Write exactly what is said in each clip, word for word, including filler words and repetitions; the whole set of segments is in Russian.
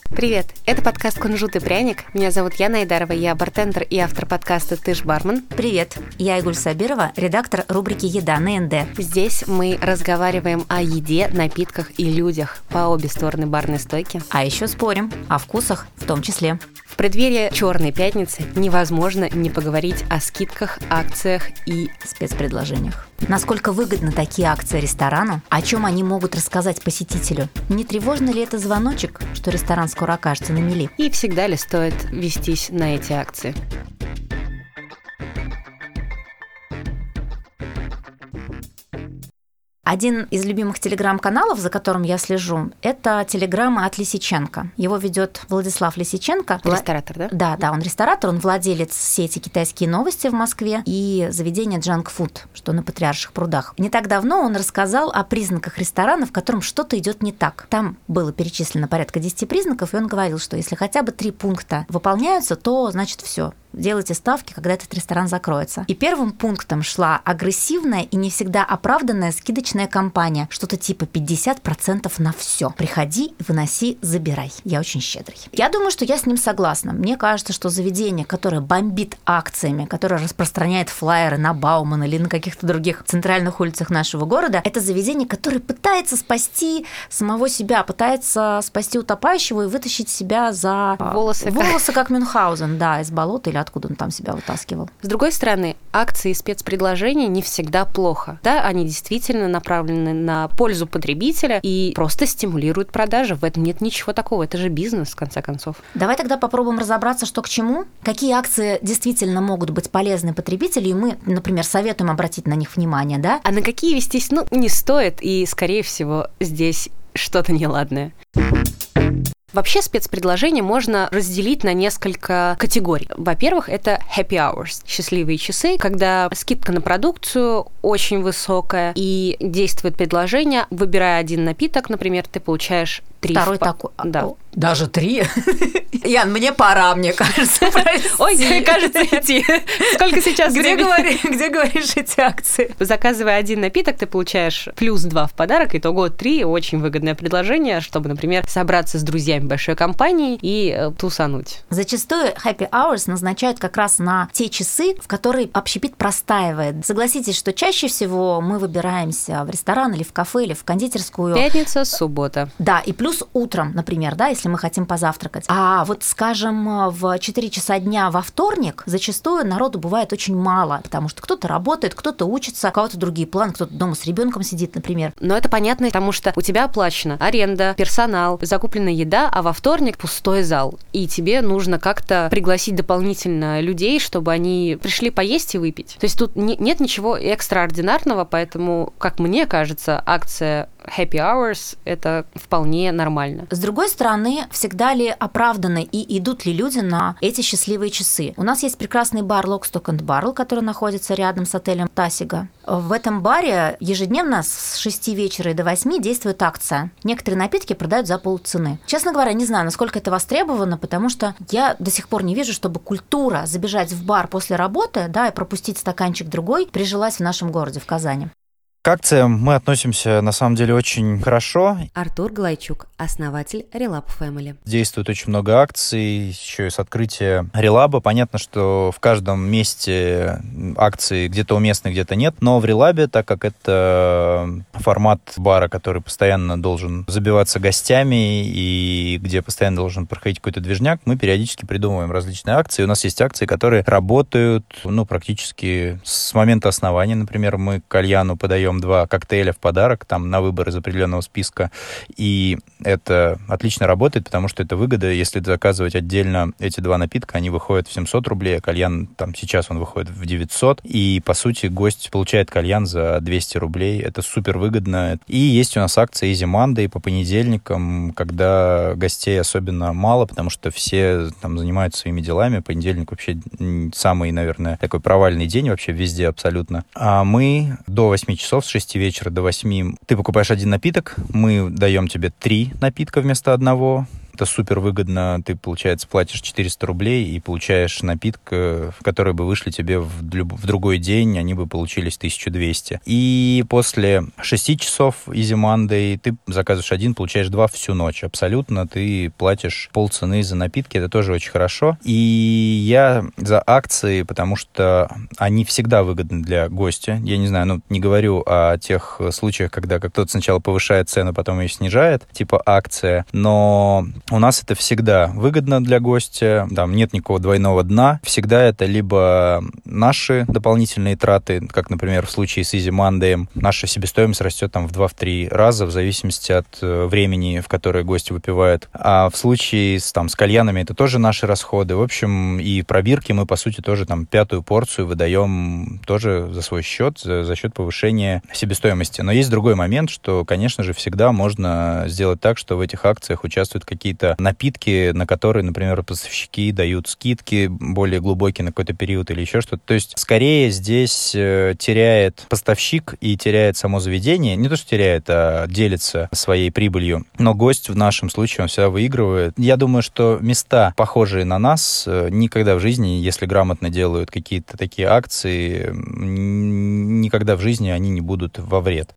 Привет, это подкаст «Кунжут и пряник». Меня зовут Яна Айдарова, я бартендер и автор подкаста «Ты ж бармен». Привет, я Игуль Сабирова, редактор рубрики «Еда» на эн дэ. Здесь мы разговариваем о еде, напитках и людях по обе стороны барной стойки. А еще спорим о вкусах в том числе. В преддверии Черной пятницы невозможно не поговорить о скидках, акциях и спецпредложениях. Насколько выгодны такие акции ресторану? О чем они могут рассказать посетителю? Не тревожно ли это звоночек, что ресторан скоро окажется на мели? И всегда ли стоит вестись на эти акции? Один из любимых телеграм-каналов, за которым я слежу, это телеграмма от Лисиченко. Его ведет Владислав Лисиченко. Ресторатор, да? Да, да, он ресторатор, он владелец сети «Китайские новости» в Москве и заведения Junk Food, что на Патриарших прудах. Не так давно он рассказал о признаках ресторана, в котором что-то идет не так. Там было перечислено порядка десяти признаков, и он говорил, что если хотя бы три пункта выполняются, то значит все. Делайте ставки, когда этот ресторан закроется. И первым пунктом шла агрессивная и не всегда оправданная скидочная кампания. Что-то типа пятьдесят процентов на все. Приходи, выноси, забирай. Я очень щедрый. Я думаю, что я с ним согласна. Мне кажется, что заведение, которое бомбит акциями, которое распространяет флаеры на Баумана или на каких-то других центральных улицах нашего города, это заведение, которое пытается спасти самого себя, пытается спасти утопающего и вытащить себя за волосы, волосы как Мюнхгаузен, да, из болота или откуда он там себя вытаскивал. С другой стороны, акции и спецпредложения не всегда плохо. Да, они действительно направлены на пользу потребителя и просто стимулируют продажи. В этом нет ничего такого. Это же бизнес, в конце концов. Давай тогда попробуем разобраться, что к чему. Какие акции действительно могут быть полезны потребителю, и мы, например, советуем обратить на них внимание, да? А на какие вестись, ну, не стоит, и, скорее всего, здесь что-то неладное. Вообще спецпредложения можно разделить на несколько категорий. Во-первых, это happy hours, счастливые часы, когда скидка на продукцию очень высокая, и действует предложение, выбирая один напиток, например, ты получаешь три. Второй в... такой. Да. Даже три? Ян, мне пора, мне кажется. Ой, кажется, идти. Сколько сейчас где, говори, где говоришь эти акции? Заказывая один напиток, ты получаешь плюс два в подарок, итого три. Очень выгодное предложение, чтобы, например, собраться с друзьями большой компании и э, тусануть. Зачастую happy hours назначают как раз на те часы, в которые общепит простаивает. Согласитесь, что чаще всего мы выбираемся в ресторан или в кафе, или в кондитерскую. Пятница, суббота. Да, и плюс утром, например, да, если мы хотим позавтракать. А вот, скажем, в четыре часа дня во вторник зачастую народу бывает очень мало, потому что кто-то работает, кто-то учится, у кого-то другие планы, кто-то дома с ребенком сидит, например. Но это понятно, потому что у тебя оплачена аренда, персонал, закуплена еда, а во вторник пустой зал. И тебе нужно как-то пригласить дополнительно людей, чтобы они пришли поесть и выпить. То есть тут не, нет ничего экстраординарного, поэтому, как мне кажется, акция happy hours – это вполне нормально. С другой стороны, всегда ли оправданы и идут ли люди на эти счастливые часы? У нас есть прекрасный бар Lock, Stock and Barrel, который находится рядом с отелем Тасига. В этом баре ежедневно с шести вечера и до восьми действует акция. Некоторые напитки продают за полцены. Честно говоря, не знаю, насколько это востребовано, потому что я до сих пор не вижу, чтобы культура забежать в бар после работы, да, и пропустить стаканчик другой прижилась в нашем городе, в Казани. К акциям мы относимся, на самом деле, очень хорошо. Артур Глайчук, основатель Relab Family. Действует очень много акций, еще и с открытия Релаба. Понятно, что в каждом месте акции где-то уместны, где-то нет. Но в Релабе, так как это формат бара, который постоянно должен забиваться гостями и где постоянно должен проходить какой-то движняк, мы периодически придумываем различные акции. У нас есть акции, которые работают, ну, практически с момента основания. Например, мы кальяну подаем два коктейля в подарок, там, на выбор из определенного списка. И это отлично работает, потому что это выгода. Если заказывать отдельно эти два напитка, они выходят в семьсот рублей, а кальян, там, сейчас он выходит в девятьсот. И, по сути, гость получает кальян за двести рублей. Это супер выгодно. И есть у нас акция Easy Monday по понедельникам, когда гостей особенно мало, потому что все там занимаются своими делами. Понедельник вообще самый, наверное, такой провальный день вообще везде абсолютно. А мы до восьми часов, с шести вечера до восьми, ты покупаешь один напиток, мы даем тебе три напитка вместо одного. Это супер выгодно. Ты, получается, платишь четыреста рублей и получаешь напиток, который бы вышли тебе в, в другой день, они бы получились тысяча двести. И после шести часов Easy Monday ты заказываешь один, получаешь два всю ночь. Абсолютно ты платишь полцены за напитки, это тоже очень хорошо. И я за акции, потому что они всегда выгодны для гостя. Я не знаю, ну, не говорю о тех случаях, когда кто-то сначала повышает цену, потом ее снижает, типа акция, но у нас это всегда выгодно для гостя, там нет никакого двойного дна, всегда это либо наши дополнительные траты, как, например, в случае с Easy Monday, наша себестоимость растет там в два-три раза, в зависимости от времени, в которое гость выпивает, а в случае с, там, с кальянами это тоже наши расходы, в общем, и пробирки мы, по сути, тоже там пятую порцию выдаем тоже за свой счет, за, за счет повышения себестоимости. Но есть другой момент, что, конечно же, всегда можно сделать так, что в этих акциях участвуют какие-то напитки, на которые, например, поставщики дают скидки более глубокие на какой-то период или еще что-то. То есть, скорее, здесь э, теряет поставщик и теряет само заведение. Не то, что теряет, а делится своей прибылью. Но гость в нашем случае, он всегда выигрывает. Я думаю, что места, похожие на нас, э, никогда в жизни, если грамотно делают какие-то такие акции, никогда в жизни они не будут во вред.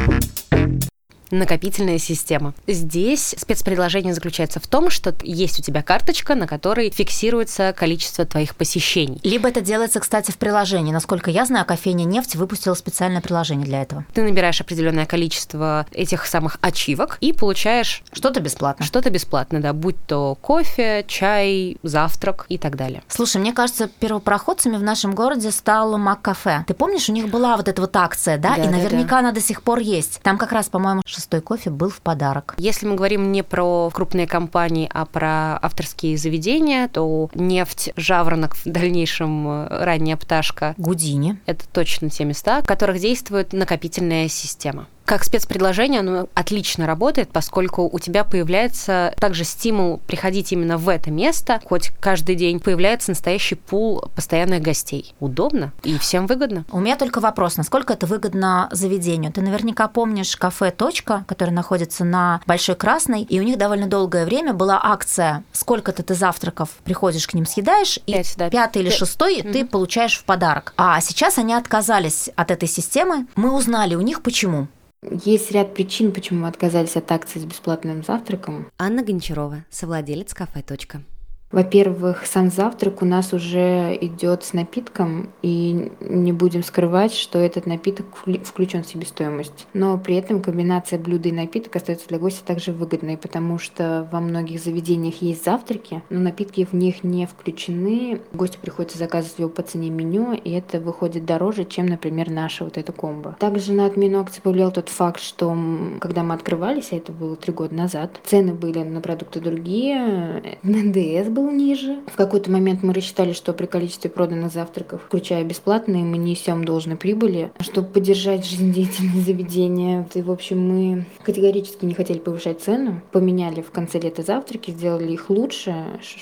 Накопительная система. Здесь спецпредложение заключается в том, что есть у тебя карточка, на которой фиксируется количество твоих посещений. Либо это делается, кстати, в приложении. Насколько я знаю, кофейня «Нефть» выпустила специальное приложение для этого. Ты набираешь определенное количество этих самых ачивок и получаешь что-то бесплатно. Что-то бесплатно, да, будь то кофе, чай, завтрак и так далее. Слушай, мне кажется, первопроходцами в нашем городе стало Мак-кафе. Ты помнишь, у них была вот эта вот акция, да? Да, и наверняка да, да. она до сих пор есть. Там как раз, по-моему, шестой кофе был в подарок. Если мы говорим не про крупные компании, а про авторские заведения, то «Нефть», «Жаворонок», в дальнейшем «Ранняя пташка», Гудини. Это точно те места, в которых действует накопительная система. Как спецпредложение оно отлично работает, поскольку у тебя появляется также стимул приходить именно в это место, хоть каждый день появляется настоящий пул постоянных гостей. Удобно и всем выгодно. У меня только вопрос, насколько это выгодно заведению? Ты наверняка помнишь кафе «Точка», которое находится на Большой Красной, и у них довольно долгое время была акция «Сколько-то ты завтраков приходишь к ним, съедаешь, и Пять, да. пятый или Пять. шестой mm-hmm. ты получаешь в подарок». А сейчас они отказались от этой системы. Мы узнали у них почему. Есть ряд причин, почему мы отказались от акции с бесплатным завтраком. Анна Гончарова, совладелец кафе «Точка». Во-первых, сам завтрак у нас уже идет с напитком, и не будем скрывать, что этот напиток включен в себестоимость. Но при этом комбинация блюда и напитка остается для гостя также выгодной, потому что во многих заведениях есть завтраки, но напитки в них не включены. Гостю приходится заказывать его по цене меню, и это выходит дороже, чем, например, наша вот эта комбо. Также на отмену акции повлиял тот факт, что когда мы открывались, а это было три года назад, цены были на продукты другие, эн дэ эс был ниже. В какой-то момент мы рассчитали, что при количестве проданных завтраков, включая бесплатные, мы несем должной прибыли, чтобы поддержать жизнедеятельность заведения. И, в общем, мы категорически не хотели повышать цену. Поменяли в конце лета завтраки, сделали их лучше,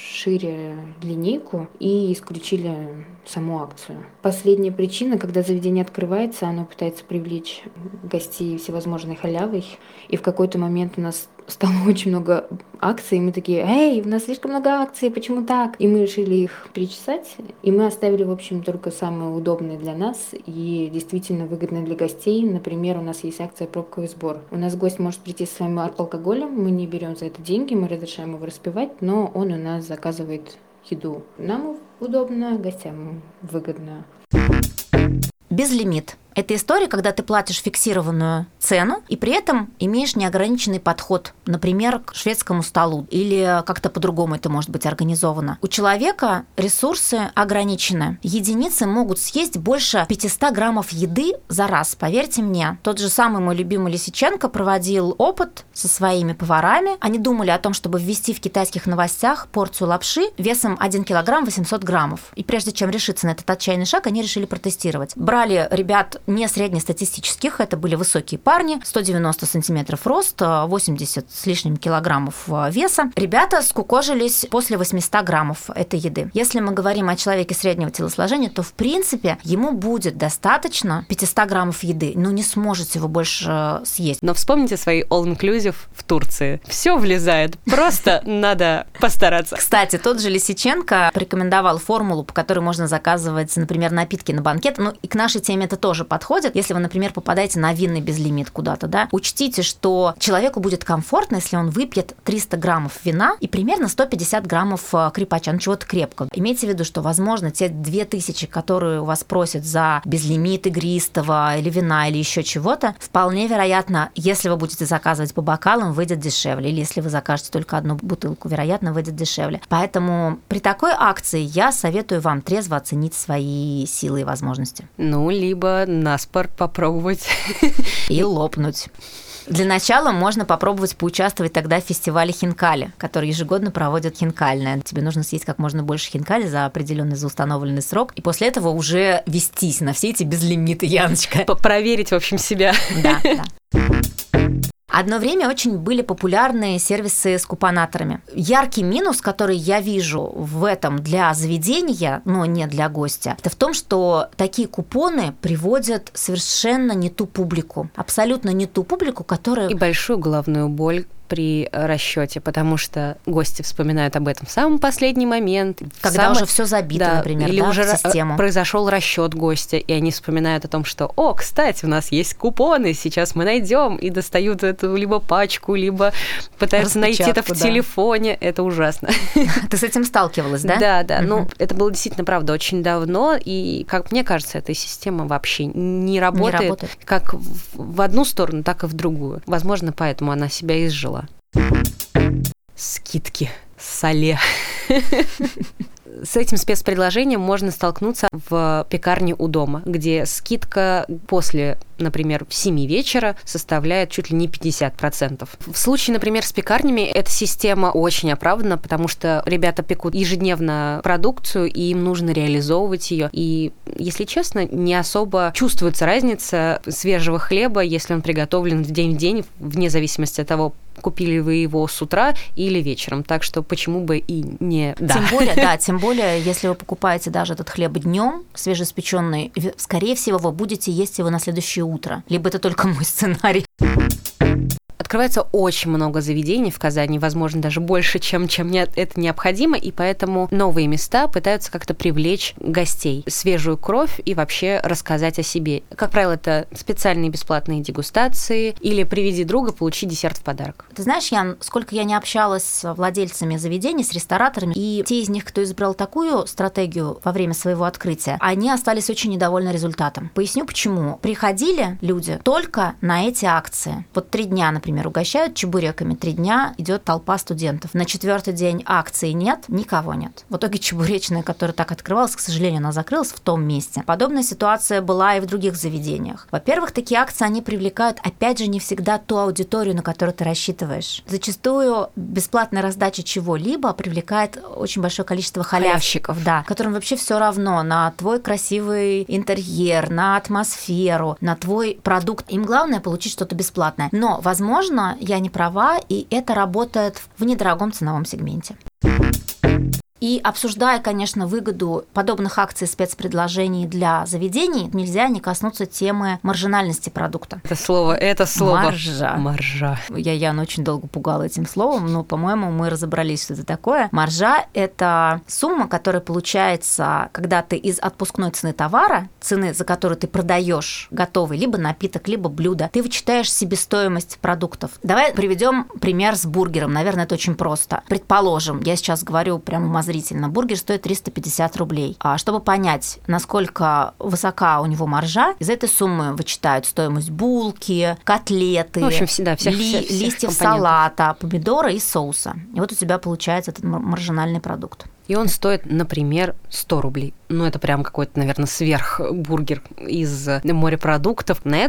шире линейку и исключили саму акцию. Последняя причина, когда заведение открывается, оно пытается привлечь гостей всевозможной халявой. И в какой-то момент у нас стало очень много акций, и мы такие: «Эй, у нас слишком много акций, почему так?» И мы решили их перечесать, и мы оставили, в общем, только самые удобные для нас и действительно выгодные для гостей. Например, у нас есть акция «Пробковый сбор». У нас гость может прийти со своим алкоголем, мы не берем за это деньги, мы разрешаем его распивать, но он у нас заказывает еду. Нам удобно, гостям выгодно. Безлимит. Это история, когда ты платишь фиксированную цену и при этом имеешь неограниченный подход, например, к шведскому столу, или как-то по-другому это может быть организовано. У человека ресурсы ограничены. Единицы могут съесть больше пятьсот граммов еды за раз, поверьте мне. Тот же самый мой любимый Лисиченко проводил опыт со своими поварами. Они думали о том, чтобы ввести в китайских новостях порцию лапши весом один килограмм восемьсот граммов. И прежде чем решиться на этот отчаянный шаг, они решили протестировать. Брали ребят не среднестатистических, это были высокие парни, сто девяносто сантиметров рост, восемьдесят с лишним килограммов веса. Ребята скукожились после восемьсот граммов этой еды. Если мы говорим о человеке среднего телосложения, то, в принципе, ему будет достаточно пятьсот граммов еды, но не сможете вы больше съесть. Но вспомните свои all-inclusive в Турции. Все влезает, просто надо постараться. Кстати, тот же Лисиченко порекомендовал формулу, по которой можно заказывать, например, напитки на банкет. Ну, и к нашей теме это тоже подходит. Если вы, например, попадаете на винный безлимит куда-то, да, учтите, что человеку будет комфортно, если он выпьет триста граммов вина и примерно сто пятьдесят граммов крепача, ну, чего-то крепкого. Имейте в виду, что, возможно, те две тысячи, которые у вас просят за безлимит игристого или вина или еще чего-то, вполне вероятно, если вы будете заказывать по бокалам, выйдет дешевле. Или если вы закажете только одну бутылку, вероятно, выйдет дешевле. Поэтому при такой акции я советую вам трезво оценить свои силы и возможности. Ну, либо наспор попробовать. И лопнуть. Для начала можно попробовать поучаствовать тогда в фестивале хинкали, который ежегодно проводит хинкальное. Тебе нужно съесть как можно больше хинкали за определенный, за установленный срок, и после этого уже вестись на все эти безлимиты, Яночка. Проверить, в общем, себя. Да, да. Одно время очень были популярны сервисы с купонаторами. Яркий минус, который я вижу в этом для заведения, но не для гостя, это в том, что такие купоны приводят совершенно не ту публику, абсолютно не ту публику, которая... И большую головную боль при расчете, потому что гости вспоминают об этом в самый последний момент. Когда самый... уже все забито, да, например, или да, уже в систему. Произошел расчет гостя, и они вспоминают о том, что, о, кстати, у нас есть купоны, сейчас мы найдем, и достают эту либо пачку, либо пытаются найти это в да. телефоне. Это ужасно. Ты с этим сталкивалась, да? Да, да. Угу. Ну, это было действительно, правда, очень давно, и, как мне кажется, эта система вообще не работает, не работает. Как в одну сторону, так и в другую. Возможно, поэтому она себя изжила. Скидки. Соле. С этим спецпредложением можно столкнуться в пекарне у дома, где скидка после, например, в семи вечера составляет чуть ли не пятьдесят процентов. В случае, например, с пекарнями эта система очень оправдана, потому что ребята пекут ежедневно продукцию, и им нужно реализовывать ее. И, если честно, не особо чувствуется разница свежего хлеба, если он приготовлен в день в день, вне зависимости от того, купили вы его с утра или вечером. Так что почему бы и не... Да. Тем более, да, тем более, если вы покупаете даже этот хлеб днем, свежеиспеченный, скорее всего, вы будете есть его на следующее утро. Либо это только мой сценарий. Открывается очень много заведений в Казани, возможно, даже больше, чем, чем это необходимо, и поэтому новые места пытаются как-то привлечь гостей, свежую кровь и вообще рассказать о себе. Как правило, это специальные бесплатные дегустации или «Приведи друга, получи десерт в подарок». Ты знаешь, Ян, сколько я не общалась с владельцами заведений, с рестораторами, и те из них, кто избрал такую стратегию во время своего открытия, они остались очень недовольны результатом. Поясню, почему. Приходили люди только на эти акции. Вот три дня, например, угощают чебуреками, три дня идет толпа студентов. На четвертый день акции нет, никого нет. В итоге чебуречная, которая так открывалась, к сожалению, она закрылась в том месте. Подобная ситуация была и в других заведениях. Во-первых, такие акции, они привлекают, опять же, не всегда ту аудиторию, на которую ты рассчитываешь. Зачастую бесплатная раздача чего-либо привлекает очень большое количество халявщиков, да, которым вообще все равно на твой красивый интерьер, на атмосферу, на твой продукт. Им главное получить что-то бесплатное. Но, возможно, я не права, и это работает в недорогом ценовом сегменте. И обсуждая, конечно, выгоду подобных акций, спецпредложений для заведений, нельзя не коснуться темы маржинальности продукта. Это слово, это слово. Маржа. Маржа. Я Яну очень долго пугала этим словом, но, по-моему, мы разобрались, что это такое. Маржа – это сумма, которая получается, когда ты из отпускной цены товара, цены, за которую ты продаешь готовый либо напиток, либо блюдо, ты вычитаешь себестоимость продуктов. Давай приведем пример с бургером. Наверное, это очень просто. Предположим, я сейчас говорю прямо умозрительно, бургер стоит триста пятьдесят рублей. А чтобы понять, насколько высока у него маржа, из этой суммы вычитают стоимость булки, котлеты, в общем, всегда, всех, ли, всех, всех листьев компонентов. Салата, помидора и соуса. И вот у тебя получается этот маржинальный продукт. И он стоит, например, сто рублей. Ну, это прям какой-то, наверное, сверхбургер из морепродуктов. На этом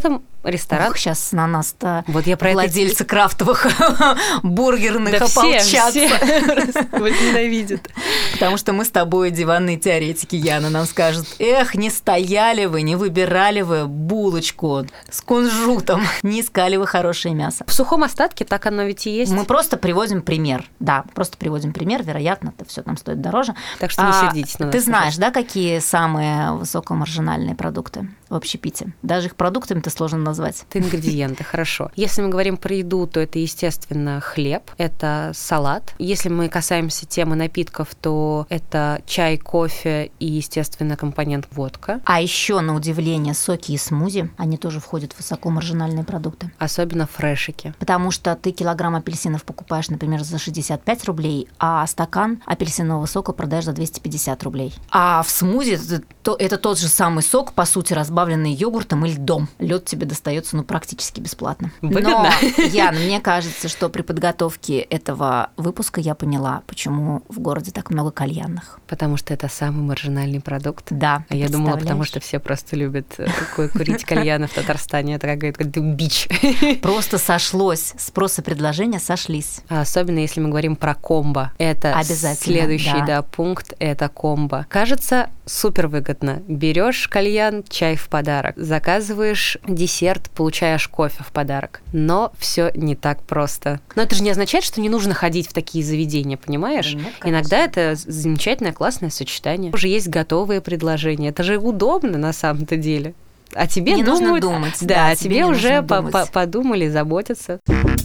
ресторан. Ох, сейчас на нас-то вот я про владельцы это... крафтовых бургерных да ополчатся. Все, все возненавидят. Потому что мы с тобой диванные теоретики, Яна, нам скажут: эх, не стояли вы, не выбирали вы булочку с кунжутом, не искали вы хорошее мясо. В сухом остатке так оно ведь и есть. Мы просто приводим пример. Да, просто приводим пример. Вероятно, это все там стоит дороже. Так что не а, сердитесь на нас. Ты знаешь, да, какие самые высокомаржинальные продукты в общепите? Даже их продуктами-то сложно назвать. Это ингредиенты, хорошо. Если мы говорим про еду, то это, естественно, хлеб, это салат. Если мы касаемся темы напитков, то это чай, кофе и, естественно, компонент водка. А еще, на удивление, соки и смузи, они тоже входят в высокомаржинальные продукты. Особенно фрешики. Потому что ты килограмм апельсинов покупаешь, например, за шестьдесят пять рублей, а стакан апельсинового сока продаешь за двести пятьдесят рублей. А в смузи это, это тот же самый сок, по сути, разбавленный йогуртом и льдом. Лед тебе достается, ну, практически бесплатно. Выгодно. Но, Яна, мне кажется, что при подготовке этого выпуска я поняла, почему в городе так много кальянных. Потому что это самый маржинальный продукт. Да. А я думала, потому что все просто любят курить кальяны в Татарстане. Это какой-то бич. Просто сошлось. Спрос и предложение сошлись. А особенно, если мы говорим про комбо. Это следующий да. Да, пункт, это комбо. Кажется, супер выгодно. Берешь кальян, чай в подарок. Заказываешь десерт, получаешь кофе в подарок. Но все не так просто. Но это же не означает, что не нужно ходить в такие заведения, понимаешь? Нет, иногда это замечательное, классное сочетание. Уже есть готовые предложения. Это же удобно на самом-то деле. А тебе не думают, нужно думать. Да, да а тебе, тебе уже по- по- подумали, заботятся.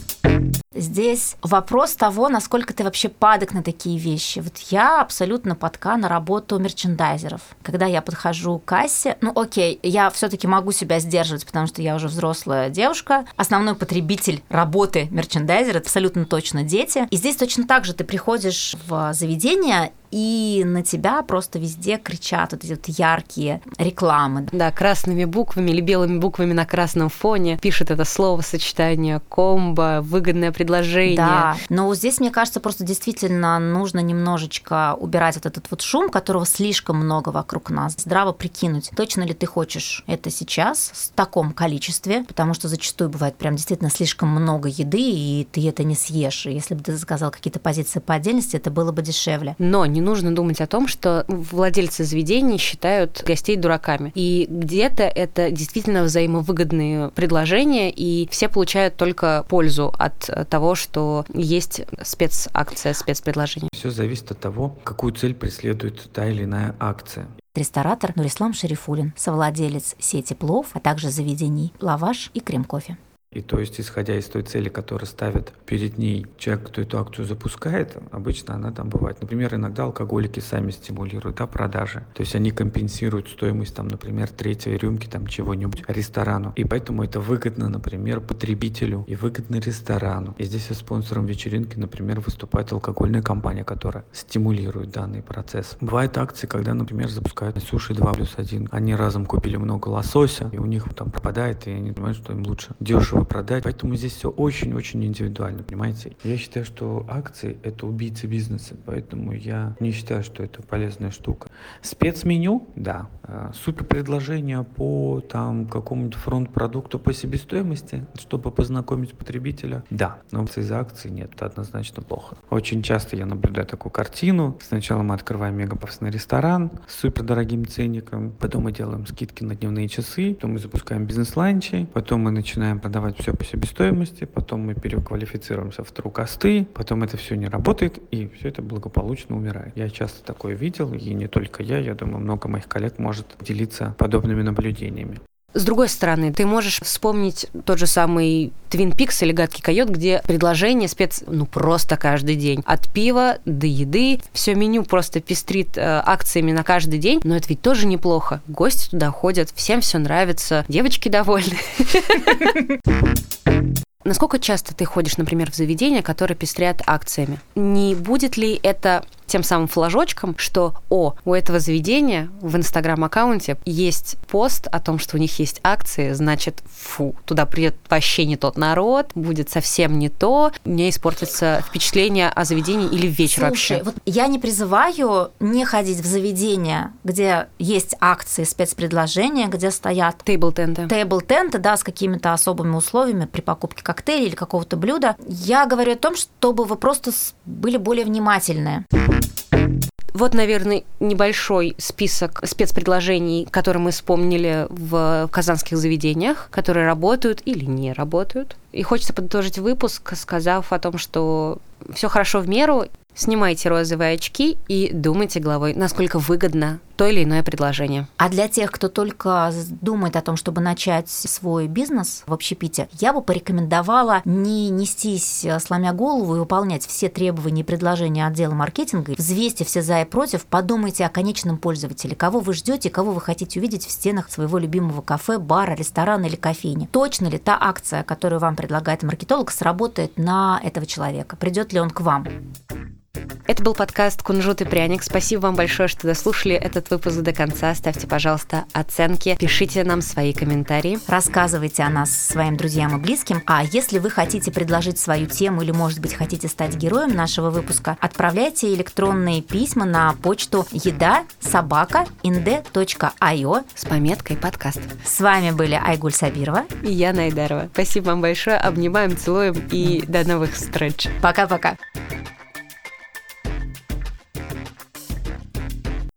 Здесь вопрос того, насколько ты вообще падок на такие вещи. Вот я абсолютно падка на работу мерчендайзеров. Когда я подхожу к кассе, ну окей, я все-таки могу себя сдерживать, потому что я уже взрослая девушка. Основной потребитель работы мерчендайзера – это абсолютно точно дети. И здесь точно так же ты приходишь в заведение, и на тебя просто везде кричат вот эти вот яркие рекламы. Да, красными буквами или белыми буквами на красном фоне пишет это словосочетание комбо, выгодное предложение. Да, но вот здесь, мне кажется, просто действительно нужно немножечко убирать вот этот вот шум, которого слишком много вокруг нас. Здраво прикинуть, точно ли ты хочешь это сейчас в таком количестве, потому что зачастую бывает прям действительно слишком много еды, и ты это не съешь. И если бы ты заказал какие-то позиции по отдельности, это было бы дешевле. Но не нужно думать о том, что владельцы заведений считают гостей дураками. И где-то это действительно взаимовыгодные предложения, и все получают только пользу от того, что есть спецакция, спецпредложение. Все зависит от того, какую цель преследует та или иная акция. Ресторатор Нурислам Шарифуллин, совладелец сети плов, а также заведений «Лаваш» и «Крем-кофе». И то есть, исходя из той цели, которую ставит перед ней человек, кто эту акцию запускает, обычно она там бывает. Например, иногда алкоголики сами стимулируют да, продажи. То есть они компенсируют стоимость, там, например, третьей рюмки там, чего-нибудь ресторану. И поэтому это выгодно, например, потребителю и выгодно ресторану. И здесь спонсором вечеринки, например, выступает алкогольная компания, которая стимулирует данный процесс. Бывают акции, когда, например, запускают суши два плюс один. Они разом купили много лосося, и у них там пропадает, и они понимают, что им лучше дешево продать. Поэтому здесь все очень-очень индивидуально, понимаете? Я считаю, что акции – это убийцы бизнеса, поэтому я не считаю, что это полезная штука. Спецменю – да. Супер предложение по там какому-нибудь фронт-продукту по себестоимости, чтобы познакомить потребителя – да. Но из акций нет, это однозначно плохо. Очень часто я наблюдаю такую картину. Сначала мы открываем мегапафосный ресторан с супер дорогим ценником, потом мы делаем скидки на дневные часы, потом мы запускаем бизнес-ланчи, потом мы начинаем продавать все по себестоимости, потом мы переквалифицируемся в тру-косты, потом это все не работает, и все это благополучно умирает. Я часто такое видел, и не только я, я думаю, много моих коллег может делиться подобными наблюдениями. С другой стороны, ты можешь вспомнить тот же самый Twin Peaks или Гадкий койот, где предложение спец, ну, просто каждый день. От пива до еды. Все меню просто пестрит э, акциями на каждый день. Но это ведь тоже неплохо. Гости туда ходят, всем все нравится, девочки довольны. Насколько часто ты ходишь, например, в заведения, которые пестрят акциями? Не будет ли это тем самым флажочком, что, о, у этого заведения в инстаграм-аккаунте есть пост о том, что у них есть акции, значит, фу, туда придет вообще не тот народ, будет совсем не то, у меня испортится впечатление о заведении или вечер Слушай, вообще. Вот я не призываю не ходить в заведения, где есть акции, спецпредложения, где стоят Тейбл-тенты. тейбл-тенты, да, с какими-то особыми условиями при покупке коктейля или какого-то блюда. Я говорю о том, чтобы вы просто были более внимательны. Вот, наверное, небольшой список спецпредложений, которые мы вспомнили в казанских заведениях, которые работают или не работают. И хочется подытожить выпуск, сказав о том, что все хорошо в меру, снимайте розовые очки и думайте головой, насколько выгодно то или иное предложение. А для тех, кто только думает о том, чтобы начать свой бизнес в общепите, я бы порекомендовала не нестись, сломя голову, и выполнять все требования и предложения отдела маркетинга. Взвесьте все за и против, подумайте о конечном пользователе, кого вы ждете, кого вы хотите увидеть в стенах своего любимого кафе, бара, ресторана или кофейни. Точно ли та акция, которую вам предлагает маркетолог, сработает на этого человека? Придет ли он к вам? Это был подкаст «Кунжут и пряник». Спасибо вам большое, что дослушали этот выпуск до конца. Ставьте, пожалуйста, оценки, пишите нам свои комментарии. Рассказывайте о нас своим друзьям и близким. А если вы хотите предложить свою тему или, может быть, хотите стать героем нашего выпуска, отправляйте электронные письма на почту еда собака инде точка ай о с пометкой «Подкаст». С вами были Айгуль Сабирова И я, Найдарова. Спасибо вам большое. Обнимаем, целуем и до новых встреч. Пока-пока.